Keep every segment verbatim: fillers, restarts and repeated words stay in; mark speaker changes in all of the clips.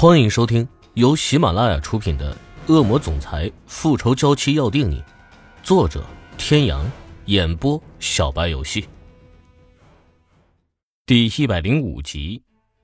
Speaker 1: 欢迎收听由喜马拉雅出品的《恶魔总裁复仇娇妻要定你》，作者天阳，演播小白游戏。第一百零五集。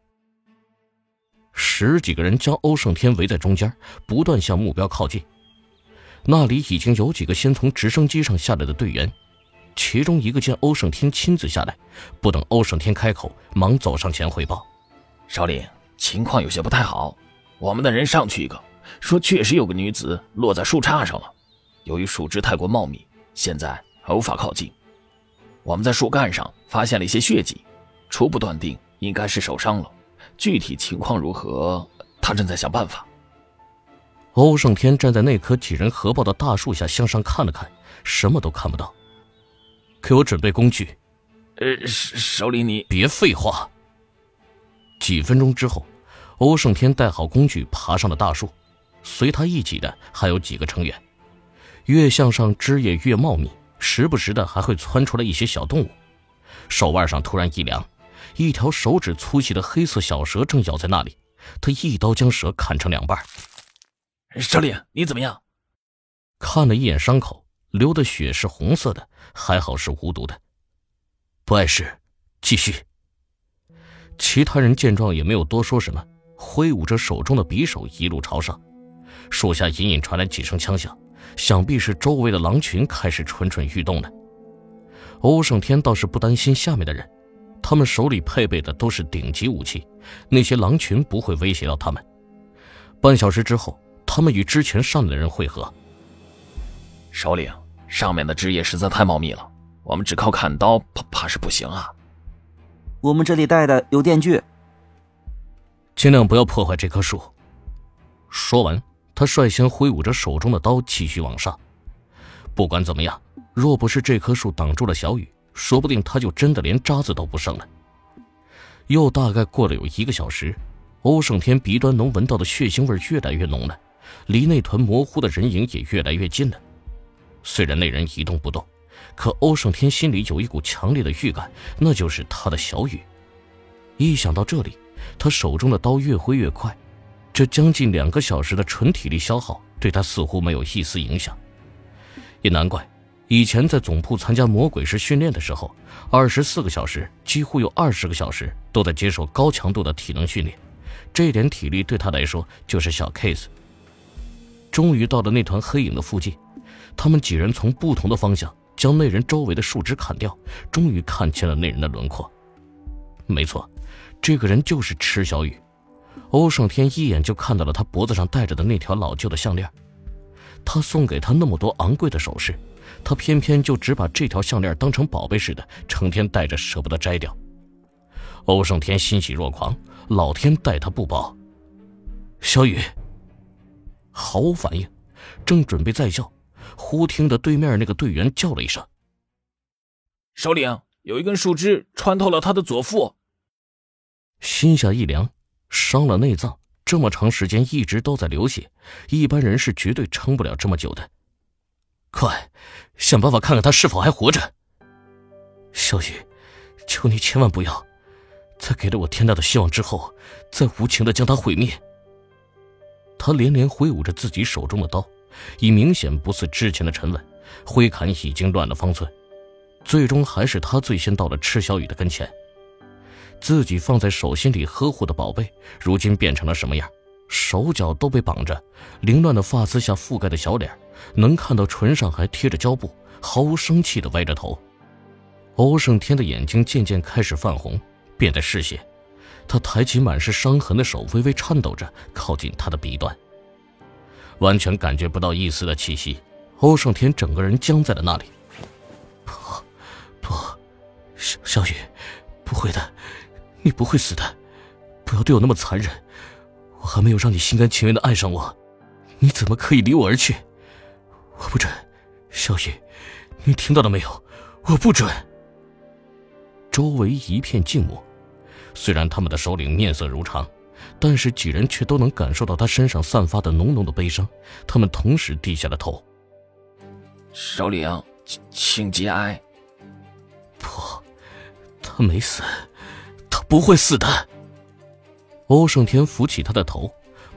Speaker 1: 十几个人将欧胜天围在中间，不断向目标靠近。那里已经有几个先从直升机上下来的队员，其中一个见欧胜天亲自下来，不等欧胜天开口，忙走上前汇报：
Speaker 2: 首领，情况有些不太好，我们的人上去一个，说确实有个女子落在树杈上了，由于树枝太过茂密，现在还无法靠近。我们在树干上发现了一些血迹，初步断定应该是受伤了，具体情况如何，他正在想办法。
Speaker 1: 欧胜天站在那棵几人合抱的大树下向上看了看，什么都看不到。给我准备工具。
Speaker 2: 呃，首领你
Speaker 1: 别废话。几分钟之后，欧胜天带好工具爬上了大树，随他一起的还有几个成员。越向上枝叶越茂密，时不时的还会窜出来一些小动物。手腕上突然一凉，一条手指粗细的黑色小蛇正咬在那里，他一刀将蛇砍成两半。
Speaker 2: 首领你怎么样？
Speaker 1: 看了一眼伤口，流的血是红色的，还好是无毒的。不碍事，继续。其他人见状也没有多说什么，挥舞着手中的匕首一路朝上。树下隐隐传来几声枪响，想必是周围的狼群开始蠢蠢欲动了。欧胜天倒是不担心下面的人，他们手里配备的都是顶级武器，那些狼群不会威胁到他们。半小时之后，他们与之前上来的人会合。
Speaker 2: 首领，上面的枝叶实在太茂密了，我们只靠砍刀怕怕是不行啊。
Speaker 3: 我们这里带的有电锯，
Speaker 1: 尽量不要破坏这棵树。说完，他率先挥舞着手中的刀继续往上。不管怎么样，若不是这棵树挡住了小雨，说不定他就真的连渣子都不剩了。又大概过了有一个小时，欧胜天鼻端能闻到的血腥味越来越浓了，离那团模糊的人影也越来越近了。虽然那人一动不动，可欧胜天心里有一股强烈的预感，那就是他的小雨。一想到这里，他手中的刀越挥越快，这将近两个小时的纯体力消耗对他似乎没有一丝影响。也难怪以前在总部参加魔鬼式训练的时候，二十四个小时几乎有二十个小时都在接受高强度的体能训练，这点体力对他来说就是小 case。 终于到了那团黑影的附近，他们几人从不同的方向将那人周围的树枝砍掉，终于看清了那人的轮廓。没错，这个人就是池小雨。欧胜天一眼就看到了他脖子上戴着的那条老旧的项链。他送给他那么多昂贵的首饰，他偏偏就只把这条项链当成宝贝似的，成天戴着舍不得摘掉。欧胜天欣喜若狂，老天待他不薄。小雨毫无反应，正准备再叫，忽听得对面那个队员叫了一声：
Speaker 2: 首领，有一根树枝穿透了他的左腹。
Speaker 1: 心下一凉，伤了内脏，这么长时间一直都在流血，一般人是绝对撑不了这么久的。快，想办法看看他是否还活着。小雨，求你千万不要，在给了我天大的希望之后，再无情地将他毁灭。他连连挥舞着自己手中的刀，已明显不似之前的沉稳，挥砍已经乱了方寸。最终还是他最先到了池小雨的跟前。自己放在手心里呵护的宝贝，如今变成了什么样？手脚都被绑着，凌乱的发丝下覆盖的小脸，能看到唇上还贴着胶布，毫无生气地歪着头。欧胜天的眼睛渐渐开始泛红，变得嗜血。他抬起满是伤痕的手，微微颤抖着靠近他的鼻端。完全感觉不到一丝的气息，欧胜天整个人僵在了那里。不不，小小雨，不会的，你不会死的，不要对我那么残忍，我还没有让你心甘情愿地爱上我，你怎么可以离我而去？我不准，小雨，你听到了没有？我不准。周围一片静默，虽然他们的首领面色如常，但是几人却都能感受到他身上散发的浓浓的悲伤，他们同时低下了头。
Speaker 2: 首领，请节哀。
Speaker 1: 不，他没死，他不会死的。欧胜天扶起他的头，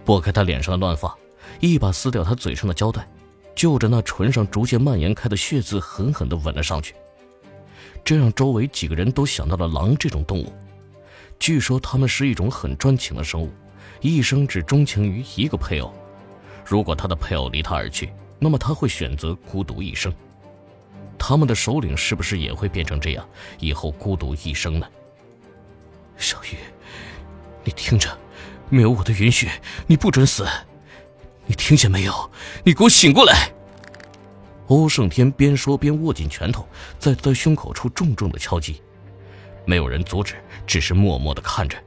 Speaker 1: 拨开他脸上的乱发，一把撕掉他嘴上的胶带，就着那唇上逐渐蔓延开的血渍狠狠地吻了上去。这让周围几个人都想到了狼这种动物。据说它们是一种很专情的生物，一生只钟情于一个配偶。如果他的配偶离他而去，那么他会选择孤独一生。他们的首领是不是也会变成这样，以后孤独一生呢？小玉，你听着，没有我的允许，你不准死。你听见没有？你给我醒过来！欧胜天边说边握紧拳头，在他的胸口处重重的敲击。没有人阻止，只是默默地看着。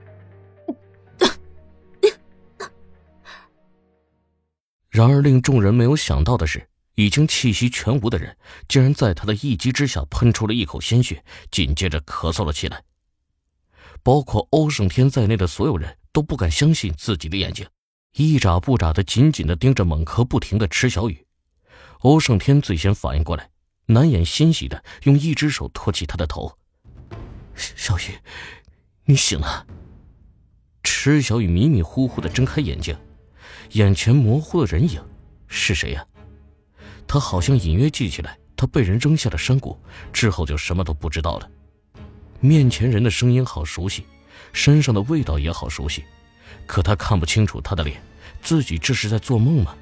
Speaker 1: 然而令众人没有想到的是，已经气息全无的人竟然在他的一击之下喷出了一口鲜血，紧接着咳嗽了起来。包括欧胜天在内的所有人都不敢相信自己的眼睛，一眨不眨地紧紧地盯着猛咳不停的池小雨。欧胜天最先反应过来，难掩欣喜地用一只手托起他的头。小雨，你醒了。池小雨迷迷糊糊地睁开眼睛，眼前模糊的人影是谁呀？他好像隐约记起来，他被人扔下了山谷之后就什么都不知道了。面前人的声音好熟悉，身上的味道也好熟悉，可他看不清楚他的脸，自己这是在做梦吗？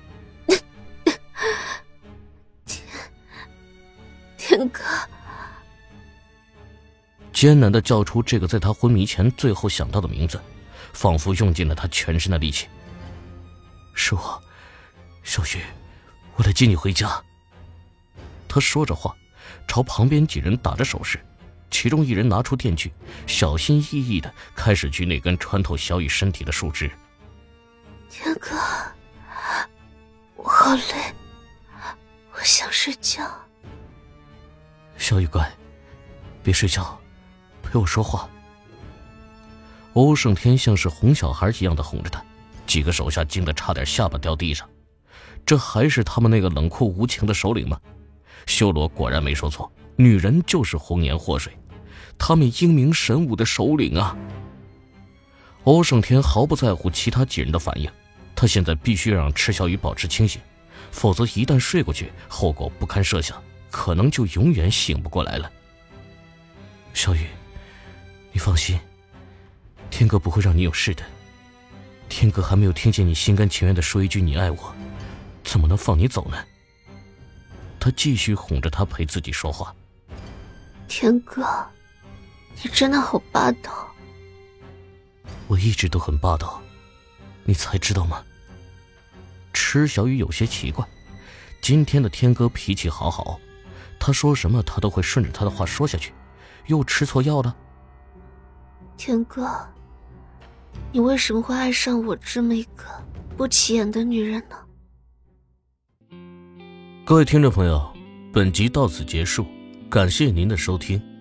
Speaker 4: 天天哥，
Speaker 1: 艰难地叫出这个在他昏迷前最后想到的名字，仿佛用尽了他全身的力气。是我，小雨，我来接你回家。他说着话，朝旁边几人打着手势，其中一人拿出电锯，小心翼翼地开始锯那根穿透小雨身体的树枝。
Speaker 4: 天哥，我好累，我想睡觉。
Speaker 1: 小雨乖，别睡觉，陪我说话。欧胜天像是哄小孩一样的哄着他，几个手下惊得差点下巴掉地上。这还是他们那个冷酷无情的首领吗？修罗果然没说错，女人就是红颜祸水，他们英明神武的首领啊！欧胜天毫不在乎其他几人的反应，他现在必须让池小雨保持清醒，否则一旦睡过去，后果不堪设想，可能就永远醒不过来了。小雨，你放心，天哥不会让你有事的。天哥还没有听见你心甘情愿地说一句你爱我，怎么能放你走呢？他继续哄着他陪自己说话。
Speaker 4: 天哥，你真的好霸道。
Speaker 1: 我一直都很霸道，你才知道吗？池小雨有些奇怪，今天的天哥脾气好好，他说什么他都会顺着他的话说下去，又吃错药了？
Speaker 4: 天哥，你为什么会爱上我这么一个不起眼的女人呢？
Speaker 1: 各位听众朋友，本集到此结束，感谢您的收听。